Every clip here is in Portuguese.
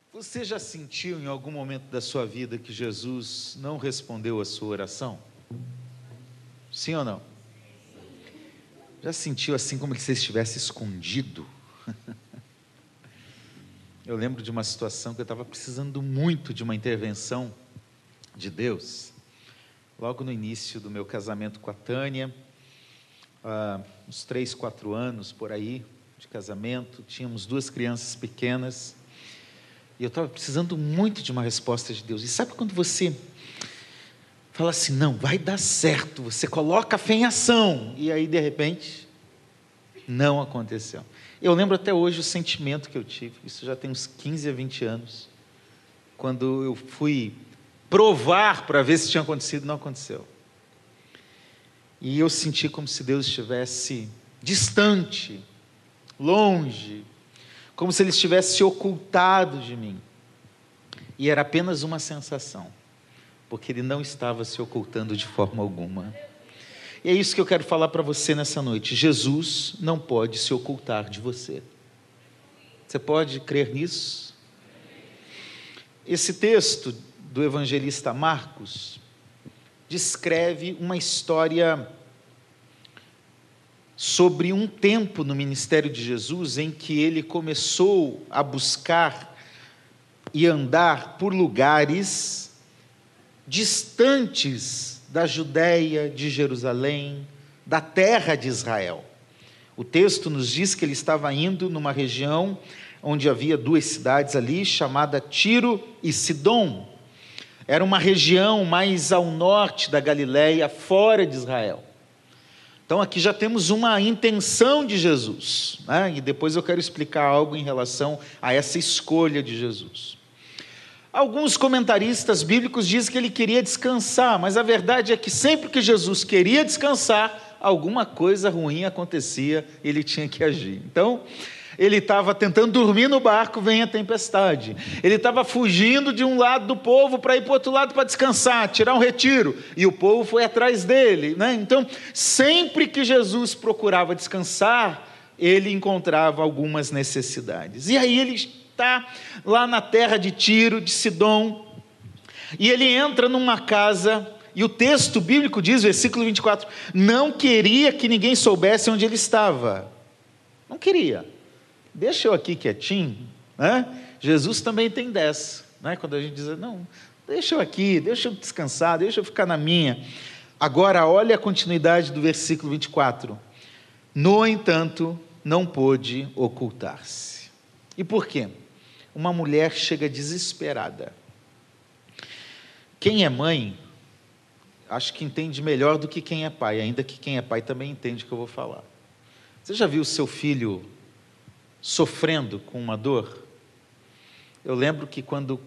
Você já sentiu em algum momento da sua vida que Jesus não respondeu a sua oração? Sim ou não? Já sentiu assim como se você estivesse escondido? Eu lembro de uma situação que eu estava precisando muito de uma intervenção de Deus. Logo no início do meu casamento com a Tânia, uns 3, 4 anos por aí de casamento, tínhamos 2 crianças pequenas, e eu estava precisando muito de uma resposta de Deus. E sabe quando você fala assim, não, vai dar certo, você coloca a fé em ação, e aí de repente, não aconteceu. Eu lembro até hoje o sentimento que eu tive, isso já tem uns 15 a 20 anos, quando eu fui provar para ver se tinha acontecido, não aconteceu. E eu senti como se Deus estivesse distante, longe, como se Ele estivesse ocultado de mim. E era apenas uma sensação, porque Ele não estava se ocultando de forma alguma. E é isso que eu quero falar para você nessa noite. Jesus não pode se ocultar de você. Você pode crer nisso? Esse texto do evangelista Marcos descreve uma história sobre um tempo no ministério de Jesus em que ele começou a buscar e andar por lugares distantes da Judéia, de Jerusalém, da terra de Israel. O texto nos diz que ele estava indo numa região onde havia 2 cidades ali, chamada Tiro e Sidom. Era uma região mais ao norte da Galileia, fora de Israel. Então aqui já temos uma intenção de Jesus, né? E depois eu quero explicar algo em relação a essa escolha de Jesus. Alguns comentaristas bíblicos dizem que ele queria descansar, mas a verdade é que sempre que Jesus queria descansar, alguma coisa ruim acontecia, ele tinha que agir. Então, ele estava tentando dormir no barco, vem a tempestade. Ele estava fugindo de um lado do povo para ir para o outro lado para descansar, tirar um retiro, e o povo foi atrás dele, né? Então, sempre que Jesus procurava descansar, ele encontrava algumas necessidades. E aí ele está lá na terra de Tiro, de Sidom, e ele entra numa casa, e o texto bíblico diz, versículo 24, não queria que ninguém soubesse onde ele estava. Não queria. Deixa eu aqui quietinho, né? Jesus também tem dessa, né? Quando a gente diz, não, deixa eu aqui, deixa eu descansar, deixa eu ficar na minha. Agora, olha a continuidade do versículo 24. No entanto, não pôde ocultar-se. E por quê? Uma mulher chega desesperada. Quem é mãe, acho que entende melhor do que quem é pai, ainda que quem é pai também entende o que eu vou falar. Você já viu o seu filho sofrendo com uma dor? Eu lembro que quando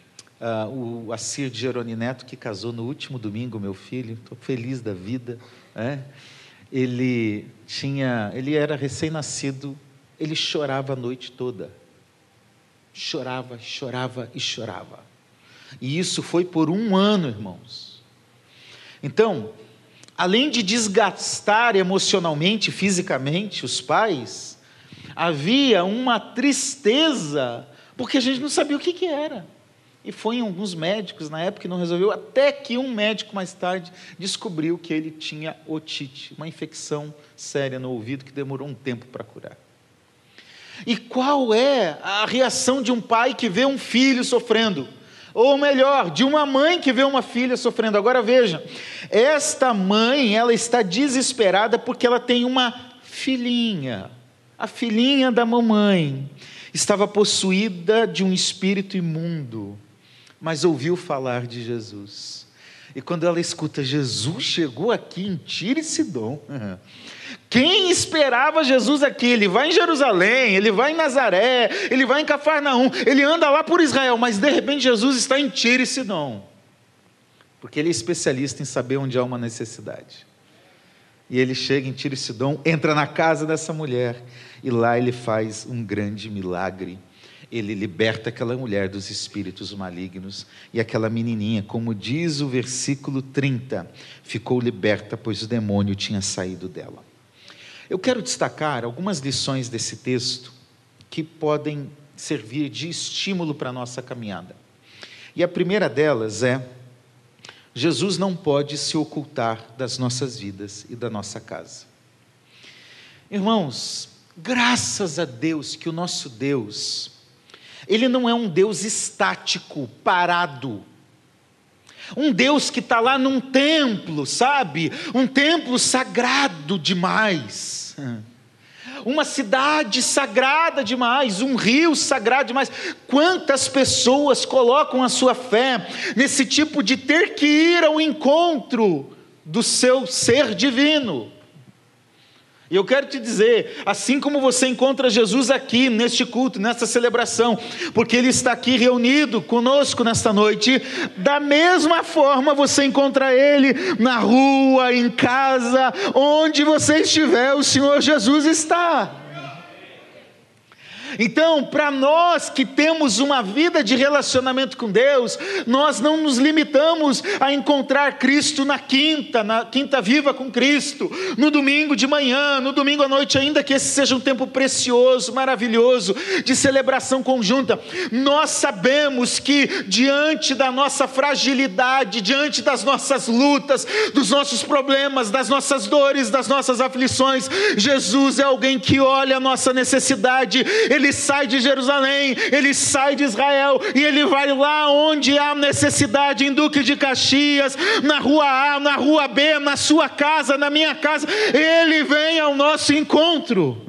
o Assir de Jeroni Neto, que casou no último domingo, meu filho, estou feliz da vida, ele era recém-nascido, ele chorava a noite toda, chorava, chorava e chorava, e isso foi por 1 ano, irmãos. Então, além de desgastar emocionalmente, fisicamente, os pais, havia uma tristeza, porque a gente não sabia o que era. E foi em alguns médicos na época que não resolveu, até que um médico mais tarde descobriu que ele tinha otite, uma infecção séria no ouvido que demorou um tempo para curar. E qual é a reação de um pai que vê um filho sofrendo? Ou melhor, de uma mãe que vê uma filha sofrendo. Agora veja, esta mãe, ela está desesperada porque ela tem uma filhinha. A filhinha da mamãe estava possuída de um espírito imundo, mas ouviu falar de Jesus. E quando ela escuta, Jesus chegou aqui em Tiro e Sidom. Quem esperava Jesus aqui? Ele vai em Jerusalém, ele vai em Nazaré, ele vai em Cafarnaum, ele anda lá por Israel, mas de repente Jesus está em Tiro e Sidom, porque ele é especialista em saber onde há uma necessidade. E ele chega em Tiro e Sidom, entra na casa dessa mulher, e lá ele faz um grande milagre. Ele liberta aquela mulher dos espíritos malignos, e aquela menininha, como diz o versículo 30, ficou liberta, pois o demônio tinha saído dela. Eu quero destacar algumas lições desse texto, que podem servir de estímulo para a nossa caminhada. E a primeira delas é: Jesus não pode se ocultar das nossas vidas e da nossa casa. Irmãos, graças a Deus que o nosso Deus, Ele não é um Deus estático, parado. Um Deus que está lá num templo, sabe? Um templo sagrado demais. Uma cidade sagrada demais, um rio sagrado demais. Quantas pessoas colocam a sua fé nesse tipo de ter que ir ao encontro do seu ser divino? E eu quero te dizer, assim como você encontra Jesus aqui, neste culto, nesta celebração, porque Ele está aqui reunido conosco nesta noite, da mesma forma você encontra Ele na rua, em casa, onde você estiver, o Senhor Jesus está. Então, para nós que temos uma vida de relacionamento com Deus, nós não nos limitamos a encontrar Cristo na quinta viva com Cristo, no domingo de manhã, no domingo à noite, ainda que esse seja um tempo precioso, maravilhoso, de celebração conjunta. Nós sabemos que diante da nossa fragilidade, diante das nossas lutas, dos nossos problemas, das nossas dores, das nossas aflições, Jesus é alguém que olha a nossa necessidade. Ele sai de Jerusalém, Ele sai de Israel, e Ele vai lá onde há necessidade, em Duque de Caxias, na rua A, na rua B, na sua casa, na minha casa. Ele vem ao nosso encontro.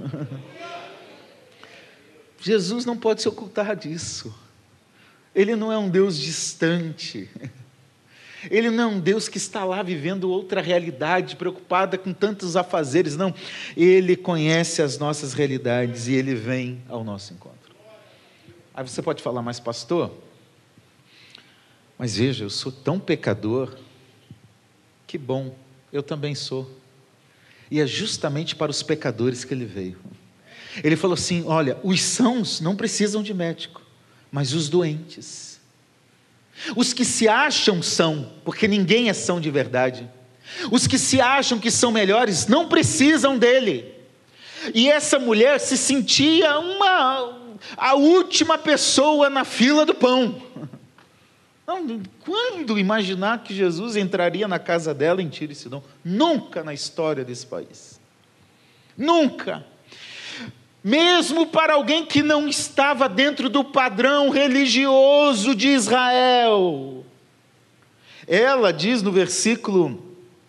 Jesus não pode se ocultar disso. Ele não é um Deus distante. Ele não é um Deus que está lá vivendo outra realidade, preocupada com tantos afazeres, não. Ele conhece as nossas realidades e Ele vem ao nosso encontro. Aí você pode falar, mas pastor, mas veja, eu sou tão pecador. Que bom, eu também sou. E é justamente para os pecadores que Ele veio. Ele falou assim, olha, os sãos não precisam de médico, mas os doentes. Os que se acham são, porque ninguém é são de verdade. Os que se acham que são melhores não precisam dele. E essa mulher se sentia a última pessoa na fila do pão. Quando imaginar que Jesus entraria na casa dela em Tiro e Sidom? Nunca na história desse país. Nunca. Mesmo para alguém que não estava dentro do padrão religioso de Israel. Ela diz no versículo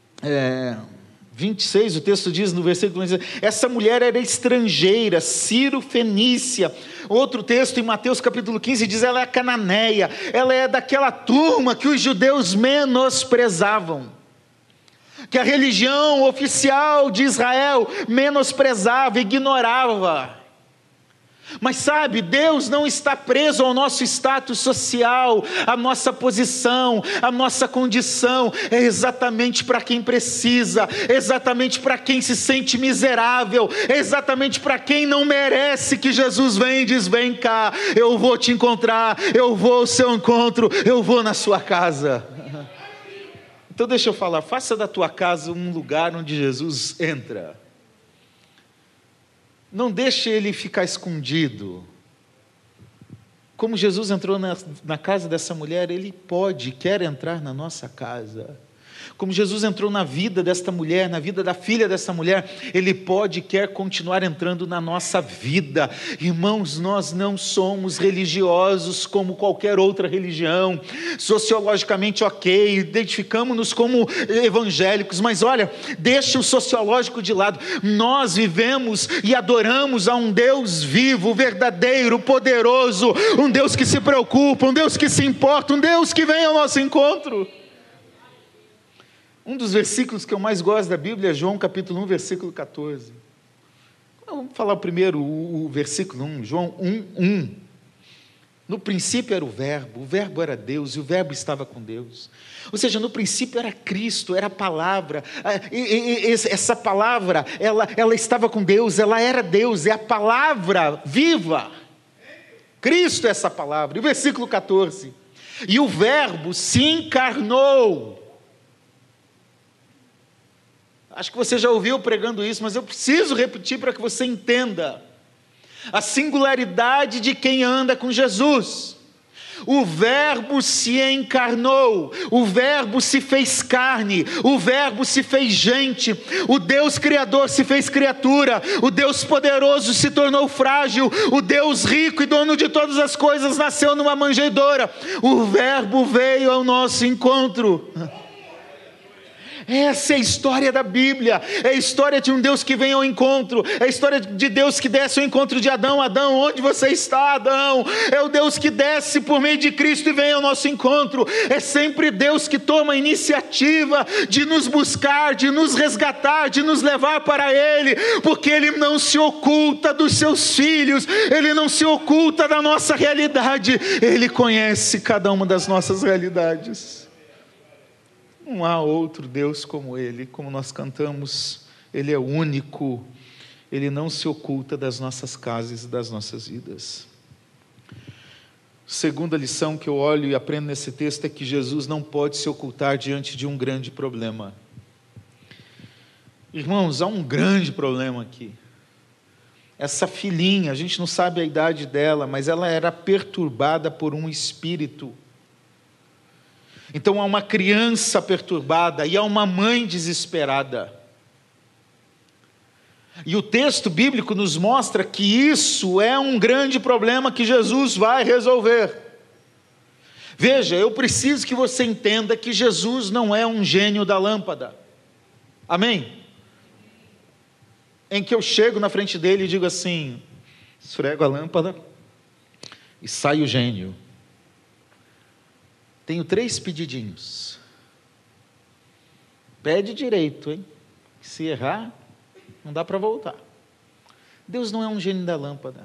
26, o texto diz no versículo 26, essa mulher era estrangeira, Ciro-fenícia. Outro texto em Mateus capítulo 15 diz, ela é cananeia, ela é daquela turma que os judeus menosprezavam, que a religião oficial de Israel menosprezava, ignorava. Mas sabe, Deus não está preso ao nosso status social, à nossa posição, à nossa condição. É exatamente para quem precisa, é exatamente para quem se sente miserável, é exatamente para quem não merece que Jesus vem e diz, vem cá, eu vou te encontrar, eu vou ao seu encontro, eu vou na sua casa. Então deixa eu falar, faça da tua casa um lugar onde Jesus entra. Não deixe Ele ficar escondido. Como Jesus entrou na casa dessa mulher, Ele quer entrar na nossa casa. Como Jesus entrou na vida desta mulher, na vida da filha dessa mulher, Ele quer continuar entrando na nossa vida. Irmãos, nós não somos religiosos como qualquer outra religião, sociologicamente ok, identificamos-nos como evangélicos, mas olha, deixa o sociológico de lado, nós vivemos e adoramos a um Deus vivo, verdadeiro, poderoso, um Deus que se preocupa, um Deus que se importa, um Deus que vem ao nosso encontro. Um dos versículos que eu mais gosto da Bíblia é João capítulo 1, versículo 14. Vamos falar primeiro o versículo 1, João 1, 1. No princípio era o verbo era Deus, e o verbo estava com Deus. Ou seja, no princípio era Cristo, era a palavra. Essa palavra, ela estava com Deus, ela era Deus, é a palavra viva. Cristo é essa palavra. E o versículo 14. E o verbo se encarnou. Acho que você já ouviu pregando isso, mas eu preciso repetir para que você entenda. a singularidade de quem anda com Jesus. O Verbo se encarnou, o Verbo se fez carne, o Verbo se fez gente, o Deus Criador se fez criatura, o Deus poderoso se tornou frágil, o Deus rico e dono de todas as coisas nasceu numa manjedoura. O Verbo veio ao nosso encontro. Essa é a história da Bíblia, é a história de um Deus que vem ao encontro, é a história de Deus que desce ao encontro de Adão. Adão, onde você está, Adão? É o Deus que desce por meio de Cristo e vem ao nosso encontro. É sempre Deus que toma a iniciativa de nos buscar, de nos resgatar, de nos levar para Ele, porque Ele não se oculta dos seus filhos, Ele não se oculta da nossa realidade, Ele conhece cada uma das nossas realidades. Não há outro Deus como Ele, como nós cantamos, Ele é único, Ele não se oculta das nossas casas e das nossas vidas. Segunda lição que eu olho e aprendo nesse texto é que Jesus não pode se ocultar diante de um grande problema. Irmãos, há um grande problema aqui. Essa filhinha, a gente não sabe a idade dela, mas ela era perturbada por um espírito. Então há uma criança perturbada e há uma mãe desesperada. E o texto bíblico nos mostra que isso é um grande problema que Jesus vai resolver. Veja, eu preciso que você entenda que Jesus não é um gênio da lâmpada. Amém? Em que eu chego na frente dele e digo assim, esfrego a lâmpada e sai o gênio. Tenho 3 pedidinhos. Pede direito, hein? Se errar, não dá para voltar. Deus não é um gênio da lâmpada.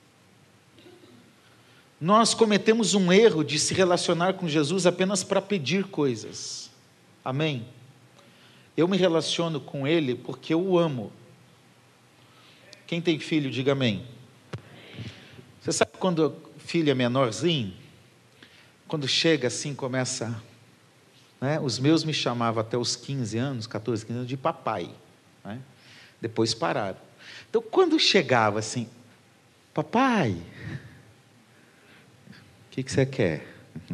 Nós cometemos um erro de se relacionar com Jesus apenas para pedir coisas. Amém? Eu me relaciono com Ele porque eu o amo. Quem tem filho, diga amém. Você sabe quando o filho é menorzinho? Quando chega assim, começa, né? Os meus me chamavam até os 15 anos, 14, 15 anos, de papai, né? Depois pararam. Então, quando chegava assim, papai, o que você quer?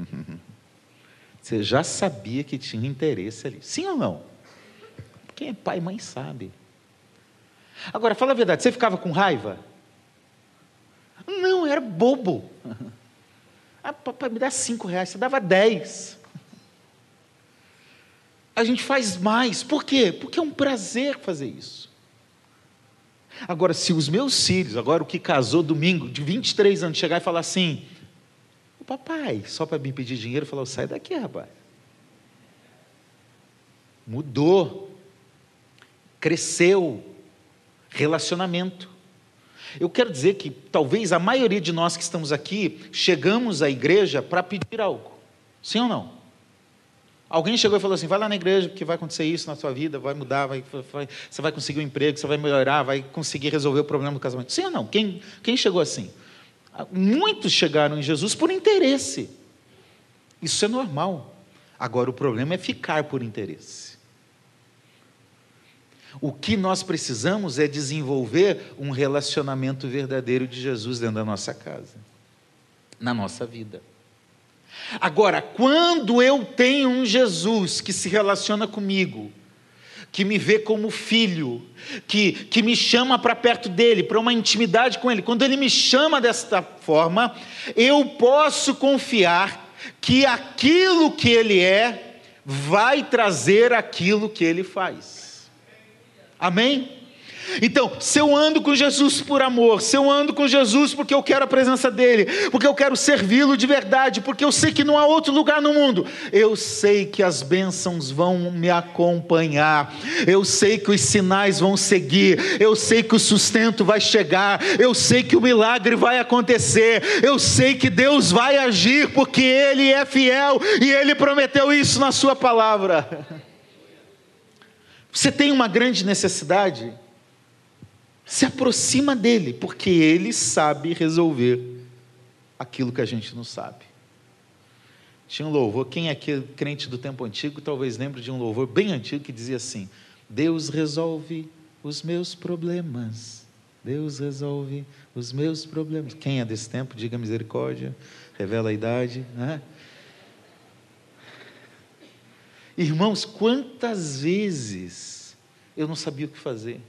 Você já sabia que tinha interesse ali, sim ou não? Quem é pai e mãe sabe. Agora, fala a verdade, você ficava com raiva? Não, era bobo. Ah, papai, me dá R$5, você dava 10. A gente faz mais, por quê? Porque é um prazer fazer isso. Agora, se os meus filhos, agora o que casou domingo, de 23 anos, chegar e falar assim, papai, só para me pedir dinheiro, falar, sai daqui, rapaz. Mudou, cresceu, relacionamento. Eu quero dizer que talvez a maioria de nós que estamos aqui, chegamos à igreja para pedir algo, sim ou não? Alguém chegou e falou assim, vai lá na igreja porque vai acontecer isso na sua vida, vai mudar, você vai conseguir um emprego, você vai melhorar, vai conseguir resolver o problema do casamento, sim ou não? Quem chegou assim? Muitos chegaram em Jesus por interesse, isso é normal. Agora o problema é ficar por interesse. O que nós precisamos é desenvolver um relacionamento verdadeiro de Jesus dentro da nossa casa, na nossa vida. Agora, quando eu tenho um Jesus que se relaciona comigo, que me vê como filho, que me chama para perto dele, para uma intimidade com ele, quando ele me chama desta forma, eu posso confiar que aquilo que ele é, vai trazer aquilo que ele faz. Amém? Então, se eu ando com Jesus por amor, se eu ando com Jesus porque eu quero a presença dele, porque eu quero servi-lo de verdade, porque eu sei que não há outro lugar no mundo, eu sei que as bênçãos vão me acompanhar, eu sei que os sinais vão seguir, eu sei que o sustento vai chegar, eu sei que o milagre vai acontecer, eu sei que Deus vai agir, porque Ele é fiel e Ele prometeu isso na sua palavra. Você tem uma grande necessidade? Se aproxima dele, porque ele sabe resolver aquilo que a gente não sabe. Tinha um louvor, quem é crente do tempo antigo, talvez lembre de um louvor bem antigo que dizia assim: Deus resolve os meus problemas. Deus resolve os meus problemas. Quem é desse tempo, diga misericórdia, revela a idade, né? Irmãos, quantas vezes eu não sabia o que fazer?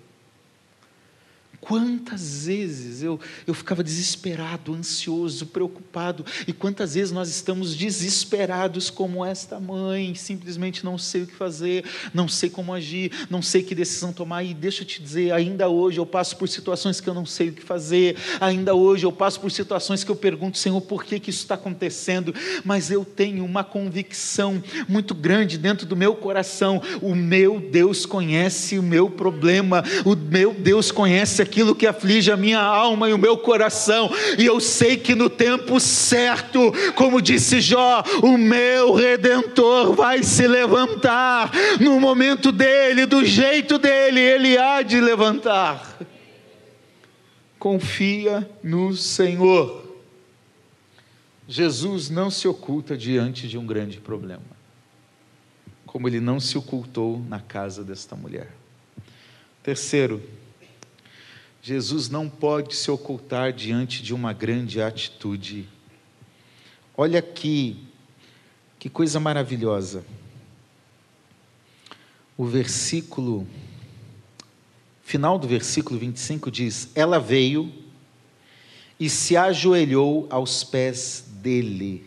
Quantas vezes eu ficava desesperado, ansioso, preocupado, e quantas vezes nós estamos desesperados como esta mãe, simplesmente não sei o que fazer, não sei como agir, não sei que decisão tomar, e deixa eu te dizer, ainda hoje eu passo por situações que eu não sei o que fazer, ainda hoje eu passo por situações que eu pergunto, Senhor, por que isso está acontecendo? Mas eu tenho uma convicção muito grande dentro do meu coração, o meu Deus conhece o meu problema, o meu Deus conhece aquilo que aflige a minha alma e o meu coração, e eu sei que no tempo certo, como disse Jó, o meu Redentor vai se levantar, no momento dele, do jeito dele, ele há de levantar. Confia no Senhor. Jesus não se oculta diante de um grande problema, como ele não se ocultou na casa desta mulher. Terceiro, Jesus não pode se ocultar diante de uma grande atitude. Olha aqui, que coisa maravilhosa. O final do versículo 25 diz: ela veio e se ajoelhou aos pés dele.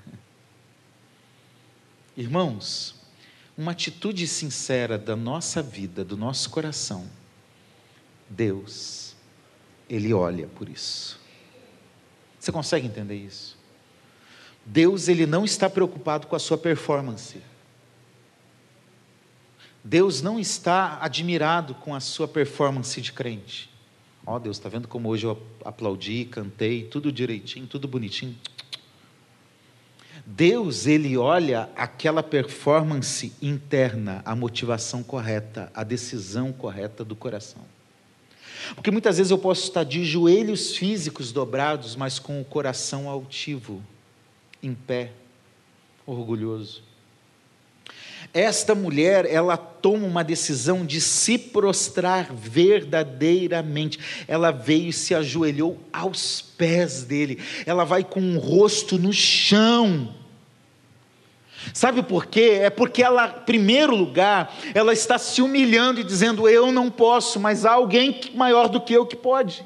Irmãos, uma atitude sincera da nossa vida, do nosso coração, Deus, Ele olha por isso. Você consegue entender isso? Deus, Ele não está preocupado com a sua performance. Deus não está admirado com a sua performance de crente. Ó, Deus, está vendo como hoje eu aplaudi, cantei, tudo direitinho, tudo bonitinho. Deus, Ele olha aquela performance interna, a motivação correta, a decisão correta do coração. Porque muitas vezes eu posso estar de joelhos físicos dobrados, mas com o coração altivo, em pé, orgulhoso. Esta mulher, ela toma uma decisão de se prostrar verdadeiramente. Ela veio e se ajoelhou aos pés dele. Ela vai com o rosto no chão. Sabe por quê? É porque ela, em primeiro lugar, ela está se humilhando e dizendo: eu não posso, mas há alguém maior do que eu que pode.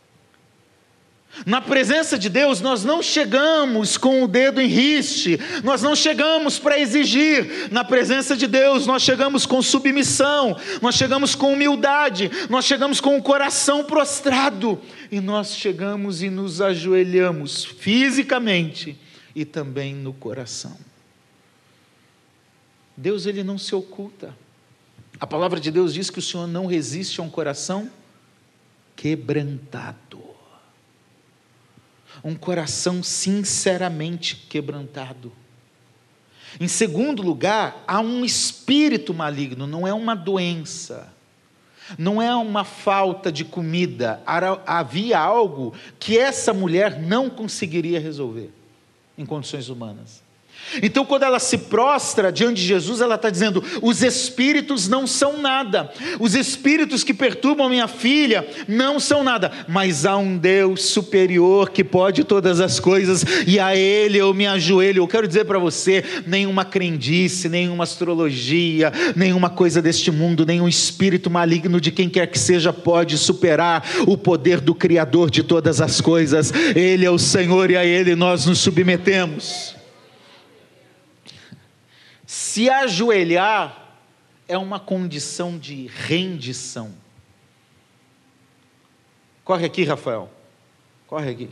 Na presença de Deus, nós não chegamos com o dedo em riste, nós não chegamos para exigir. Na presença de Deus, nós chegamos com submissão, nós chegamos com humildade, nós chegamos com o coração prostrado, e nós chegamos e nos ajoelhamos fisicamente e também no coração. Deus, Ele não se oculta. A palavra de Deus diz que o Senhor não resiste a um coração quebrantado. Um coração sinceramente quebrantado. Em segundo lugar, há um espírito maligno, não é uma doença, não é uma falta de comida, havia algo que essa mulher não conseguiria resolver em condições humanas. Então, quando ela se prostra diante de Jesus, ela está dizendo: os espíritos não são nada, os espíritos que perturbam minha filha não são nada, mas há um Deus superior que pode todas as coisas, e a Ele eu me ajoelho. Eu quero dizer para você, nenhuma crendice, nenhuma astrologia, nenhuma coisa deste mundo, nenhum espírito maligno de quem quer que seja pode superar o poder do Criador de todas as coisas. Ele é o Senhor e a Ele nós nos submetemos. Se ajoelhar é uma condição de rendição. Corre aqui, Rafael. Corre aqui.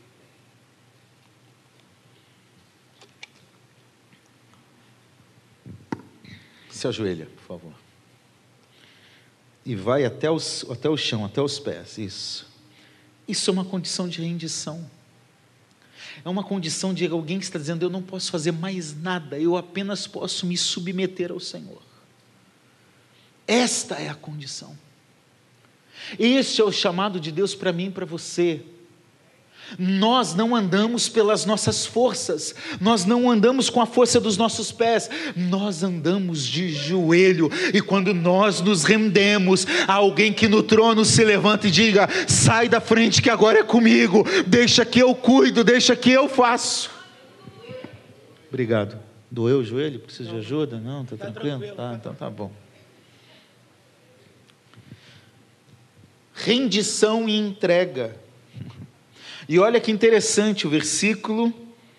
Se ajoelha, por favor. E vai até o chão, até os pés. Isso. Isso é uma condição de rendição. É uma condição de alguém que está dizendo: eu não posso fazer mais nada, eu apenas posso me submeter ao Senhor. Esta é a condição. Este é o chamado de Deus para mim e para você. Nós não andamos pelas nossas forças, nós não andamos com a força dos nossos pés, nós andamos de joelho, e quando nós nos rendemos a alguém que no trono se levanta e diga: sai da frente que agora é comigo, deixa que eu cuido, deixa que eu faço. Obrigado. Doeu o joelho? Precisa de ajuda? Não, está tranquilo? Tá, então tá bom. Rendição e entrega. E olha que interessante, o versículo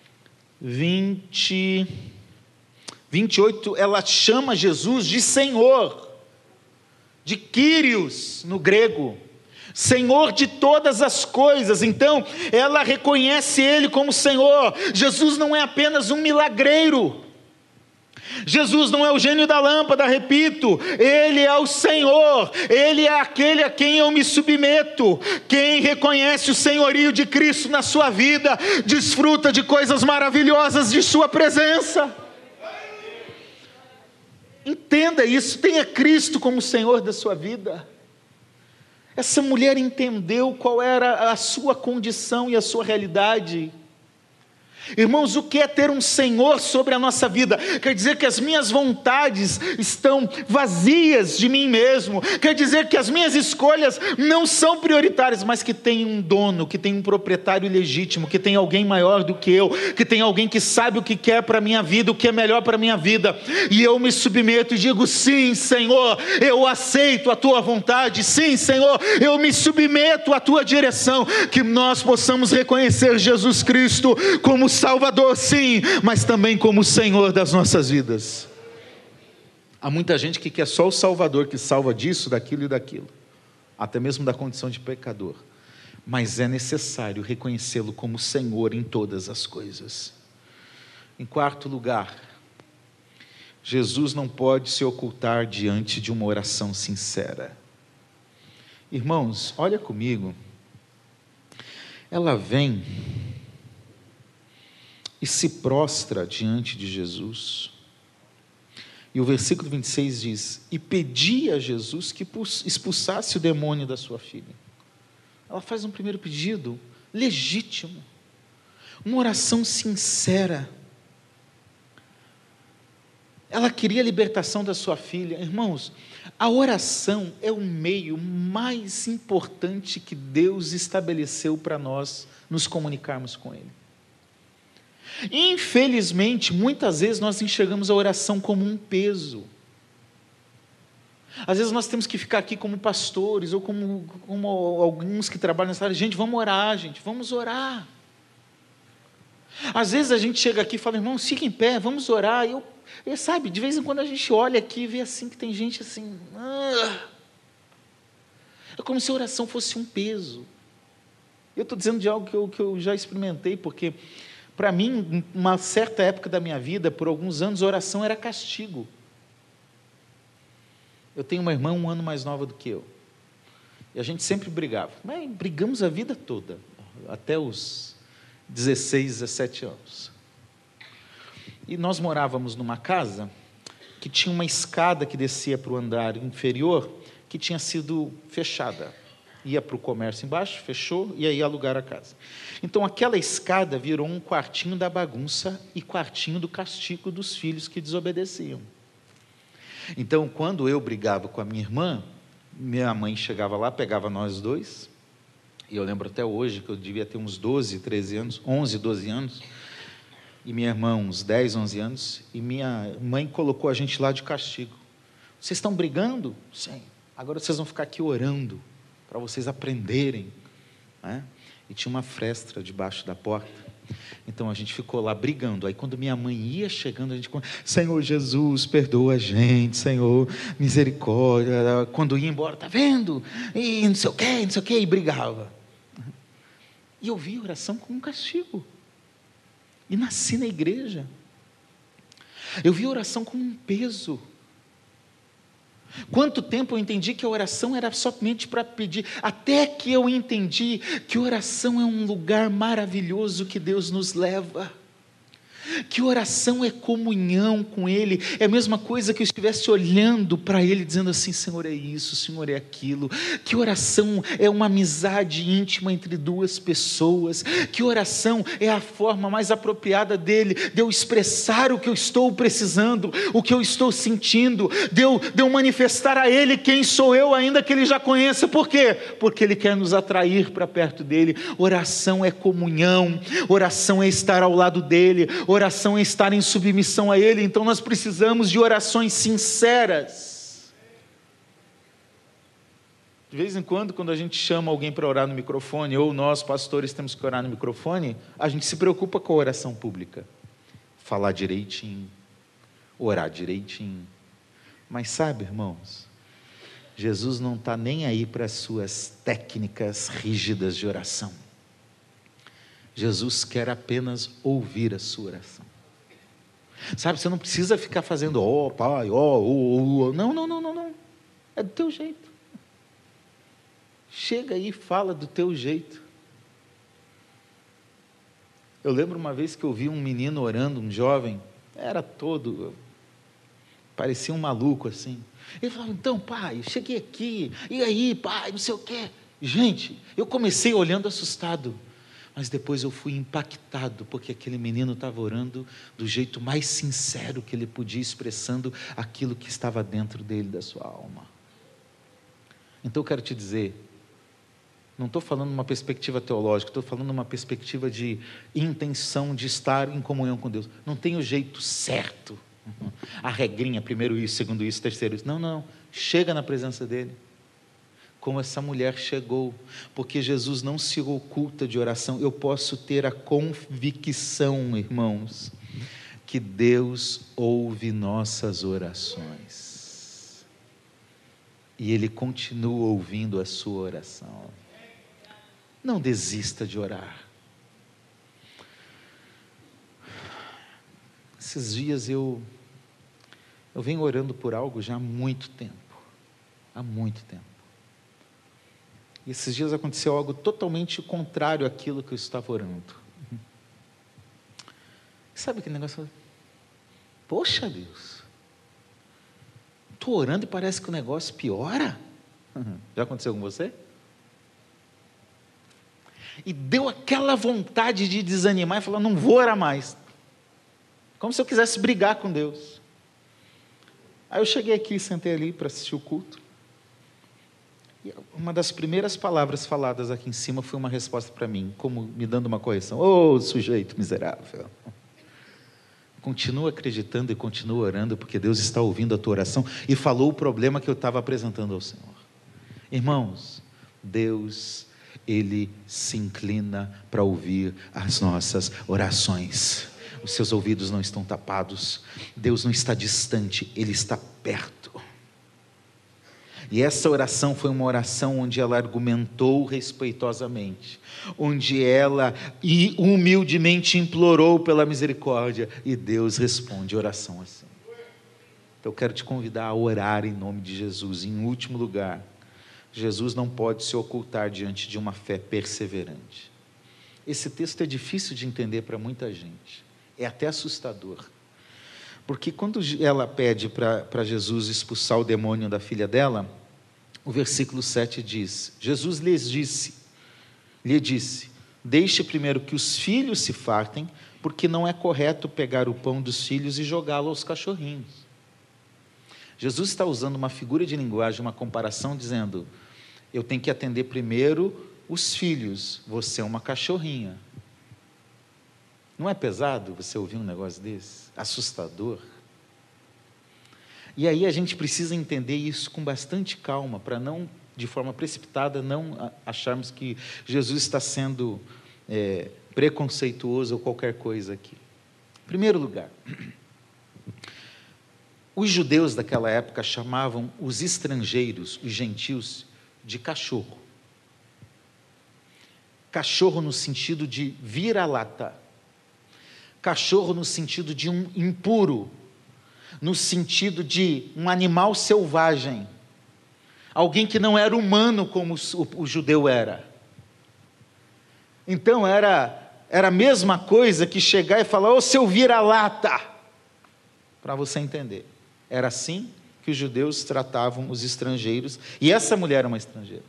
28, ela chama Jesus de Senhor, de Kyrios no grego, Senhor de todas as coisas. Então ela reconhece Ele como Senhor. Jesus não é apenas um milagreiro, Jesus não é o gênio da lâmpada, repito, Ele é o Senhor, Ele é aquele a quem eu me submeto. Quem reconhece o senhorio de Cristo na sua vida, desfruta de coisas maravilhosas de sua presença. Entenda isso, tenha Cristo como Senhor da sua vida. Essa mulher entendeu qual era a sua condição e a sua realidade. Irmãos, o que é ter um Senhor sobre a nossa vida? Quer dizer que as minhas vontades estão vazias de mim mesmo, quer dizer que as minhas escolhas não são prioritárias, mas que tem um dono, que tem um proprietário legítimo, que tem alguém maior do que eu, que tem alguém que sabe o que quer para a minha vida, o que é melhor para a minha vida, e eu me submeto e digo: sim, Senhor, eu aceito a tua vontade, sim, Senhor, eu me submeto à tua direção. Que nós possamos reconhecer Jesus Cristo como Salvador, sim, mas também como Senhor das nossas vidas. Há muita gente que quer só o Salvador, que salva disso, daquilo e daquilo, até mesmo da condição de pecador, mas é necessário reconhecê-lo como Senhor em todas as coisas. Em quarto lugar, Jesus não pode se ocultar diante de uma oração sincera. Irmãos, olha comigo, ela vem e se prostra diante de Jesus, e o versículo 26 diz: e pedia a Jesus que expulsasse o demônio da sua filha. Ela faz um primeiro pedido legítimo, uma oração sincera. Ela queria a libertação da sua filha. Irmãos, a oração é o meio mais importante que Deus estabeleceu para nós nos comunicarmos com Ele. Infelizmente, muitas vezes nós enxergamos a oração como um peso. Às vezes nós temos que ficar aqui como pastores, ou como alguns que trabalham nessa área: gente, vamos orar, gente, vamos orar. Às vezes a gente chega aqui e fala: irmão, fica em pé, vamos orar. Eu sabe, de vez em quando a gente olha aqui e vê assim que tem gente assim, é como se a oração fosse um peso. Eu estou dizendo de algo que eu já experimentei, porque para mim, uma certa época da minha vida, por alguns anos, a oração era castigo. Eu tenho uma irmã 1 ano mais nova do que eu, e a gente sempre brigava, mas brigamos a vida toda, até os 16, 17 anos. E nós morávamos numa casa que tinha uma escada que descia para o andar inferior, que tinha sido fechada. Ia para o comércio embaixo, fechou, e aí alugaram a casa. Então aquela escada virou um quartinho da bagunça e quartinho do castigo dos filhos que desobedeciam. Então, quando eu brigava com a minha irmã, minha mãe chegava lá, pegava nós dois, e eu lembro até hoje que eu devia ter uns 12, 13 anos, 11, 12 anos, e minha irmã uns 10, 11 anos, e minha mãe colocou a gente lá de castigo. Vocês estão brigando? Sim. Agora vocês vão ficar aqui orando, para vocês aprenderem, né? E tinha uma fresta debaixo da porta, então a gente ficou lá brigando. Aí quando minha mãe ia chegando, a gente: Senhor Jesus, perdoa a gente, Senhor, misericórdia. Quando ia embora: tá vendo? E não sei o que, e brigava. E eu vi a oração como um castigo, e nasci na igreja, eu vi a oração como um peso. Quanto tempo eu entendi que a oração era somente para pedir, até que eu entendi que oração é um lugar maravilhoso que Deus nos leva. Que oração é comunhão com Ele, é a mesma coisa que eu estivesse olhando para Ele, dizendo assim: Senhor, é isso, Senhor, é aquilo. Que oração é uma amizade íntima entre duas pessoas. Que oração é a forma mais apropriada de eu expressar o que eu estou precisando, o que eu estou sentindo, de eu manifestar a Ele quem sou eu, ainda que Ele já conheça. Por quê? Porque Ele quer nos atrair para perto dEle. Oração é comunhão, oração é estar ao lado dEle, oração é estar em submissão a Ele. Então nós precisamos de orações sinceras. De vez em quando a gente chama alguém para orar no microfone, ou nós pastores temos que orar no microfone, a gente se preocupa com a oração pública, falar direitinho, orar direitinho. Mas sabe, irmãos, Jesus não está nem aí para as suas técnicas rígidas de oração. Jesus quer apenas ouvir a sua oração. Sabe, você não precisa ficar fazendo, Pai, não. É do teu jeito. Chega aí e fala do teu jeito. Eu lembro uma vez que eu vi um menino orando, um jovem, parecia um maluco assim. Ele falava: então, pai, eu cheguei aqui, e aí, pai, não sei o quê. Gente, eu comecei olhando assustado, mas depois eu fui impactado, porque aquele menino estava orando do jeito mais sincero que ele podia, expressando aquilo que estava dentro dele, da sua alma. Então eu quero te dizer, não estou falando numa perspectiva teológica, estou falando numa perspectiva de intenção de estar em comunhão com Deus. Não tem o jeito certo, a regrinha, primeiro isso, segundo isso, terceiro isso. Não, chega na presença dele, como essa mulher chegou, porque Jesus não se oculta de oração. Eu posso ter a convicção, irmãos, que Deus ouve nossas orações, e Ele continua ouvindo a sua oração. Não desista de orar. Esses dias eu venho orando por algo já há muito tempo, e esses dias aconteceu algo totalmente contrário àquilo que eu estava orando. Sabe aquele negócio? Poxa Deus, estou orando e parece que o negócio piora. Já aconteceu com você? E deu aquela vontade de desanimar e falar: não vou orar mais. Como se eu quisesse brigar com Deus. Aí eu cheguei aqui, sentei ali para assistir o culto. E uma das primeiras palavras faladas aqui em cima foi uma resposta para mim, como me dando uma correção: ô sujeito miserável, continua acreditando e continua orando, porque Deus está ouvindo a tua oração. E falou o problema que eu estava apresentando ao Senhor. Irmãos, Deus, Ele se inclina para ouvir as nossas orações. Os seus ouvidos não estão tapados. Deus não está distante, Ele está perto. E essa oração foi uma oração onde ela argumentou respeitosamente, onde ela humildemente implorou pela misericórdia, e Deus responde oração assim. Então eu quero te convidar a orar em nome de Jesus. Em último lugar, Jesus não pode se ocultar diante de uma fé perseverante. Esse texto é difícil de entender para muita gente, é até assustador, porque quando ela pede para Jesus expulsar o demônio da filha dela, o versículo 7 diz: Jesus lhe disse: deixe primeiro que os filhos se fartem, porque não é correto pegar o pão dos filhos e jogá-lo aos cachorrinhos. Jesus está usando uma figura de linguagem, uma comparação, dizendo: eu tenho que atender primeiro os filhos, você é uma cachorrinha. Não é pesado você ouvir um negócio desse? Assustador. E aí a gente precisa entender isso com bastante calma, para não, de forma precipitada, não acharmos que Jesus está sendo preconceituoso ou qualquer coisa aqui. Em primeiro lugar, os judeus daquela época chamavam os estrangeiros, os gentios, de cachorro. Cachorro no sentido de vira-lata. Cachorro no sentido de um impuro, no sentido de um animal selvagem, alguém que não era humano como o judeu era. Então era era a mesma coisa que chegar e falar: ô seu vira-lata, para você entender. Era assim que os judeus tratavam os estrangeiros, e essa mulher era uma estrangeira.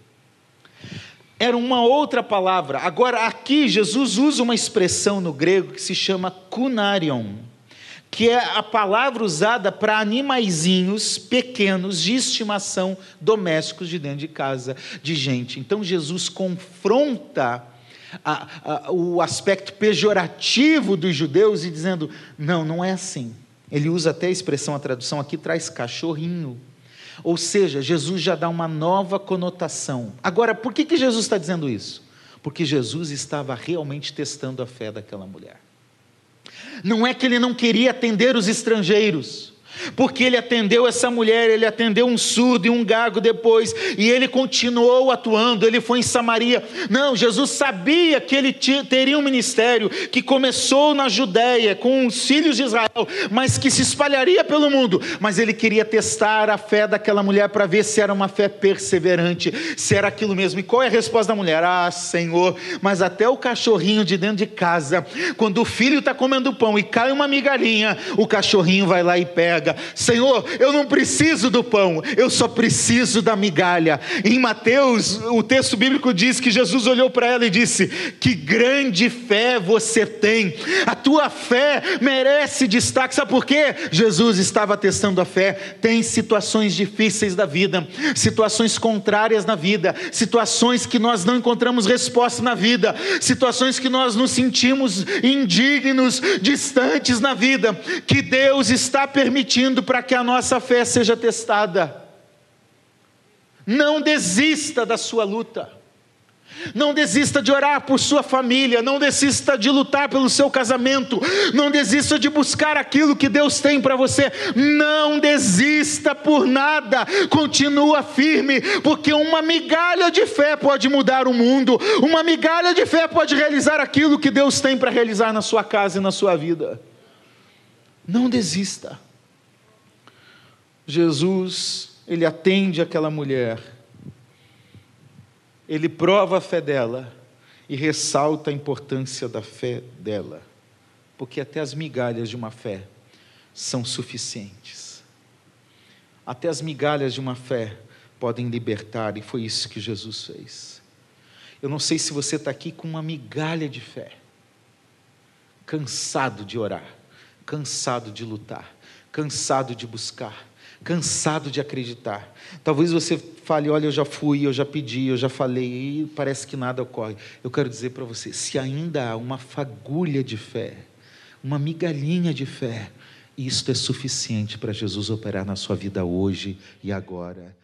Era uma outra palavra. Agora aqui Jesus usa uma expressão no grego que se chama kunarion, que é a palavra usada para animaizinhos pequenos de estimação domésticos de dentro de casa de gente. Então Jesus confronta o aspecto pejorativo dos judeus e dizendo: não, não é assim. Ele usa até a expressão, a tradução aqui traz cachorrinho. Ou seja, Jesus já dá uma nova conotação. Agora, por que Jesus está dizendo isso? Porque Jesus estava realmente testando a fé daquela mulher. Não é que ele não queria atender os estrangeiros, porque ele atendeu essa mulher, ele atendeu um surdo e um gago depois, e ele continuou atuando, ele foi em Samaria. Não, Jesus sabia que ele teria um ministério que começou na Judéia, com os filhos de Israel, mas que se espalharia pelo mundo. Mas ele queria testar a fé daquela mulher, para ver se era uma fé perseverante, se era aquilo mesmo. E qual é a resposta da mulher? Ah, Senhor, mas até o cachorrinho de dentro de casa, quando o filho está comendo pão e cai uma migalhinha, o cachorrinho vai lá e pega. Senhor, eu não preciso do pão, eu só preciso da migalha. Em Mateus, o texto bíblico diz que Jesus olhou para ela e disse: que grande fé você tem, a tua fé merece destaque. Sabe por quê? Jesus estava testando a fé. Tem situações difíceis da vida, situações contrárias na vida, situações que nós não encontramos resposta na vida, situações que nós nos sentimos indignos, distantes na vida, que Deus está permitindo para que a nossa fé seja testada. Não desista da sua luta, não desista de orar por sua família, não desista de lutar pelo seu casamento, não desista de buscar aquilo que Deus tem para você. Não desista por nada, continua firme, porque uma migalha de fé pode mudar o mundo, uma migalha de fé pode realizar aquilo que Deus tem para realizar na sua casa e na sua vida. Não desista. Jesus, ele atende aquela mulher, ele prova a fé dela e ressalta a importância da fé dela, porque até as migalhas de uma fé são suficientes. Até as migalhas de uma fé podem libertar, e foi isso que Jesus fez. Eu não sei se você está aqui com uma migalha de fé, cansado de orar, cansado de lutar, cansado de buscar, cansado de acreditar. Talvez você fale: olha, eu já fui, eu já pedi, eu já falei, e parece que nada ocorre. Eu quero dizer para você, se ainda há uma fagulha de fé, uma migalhinha de fé, isto é suficiente para Jesus operar na sua vida hoje e agora.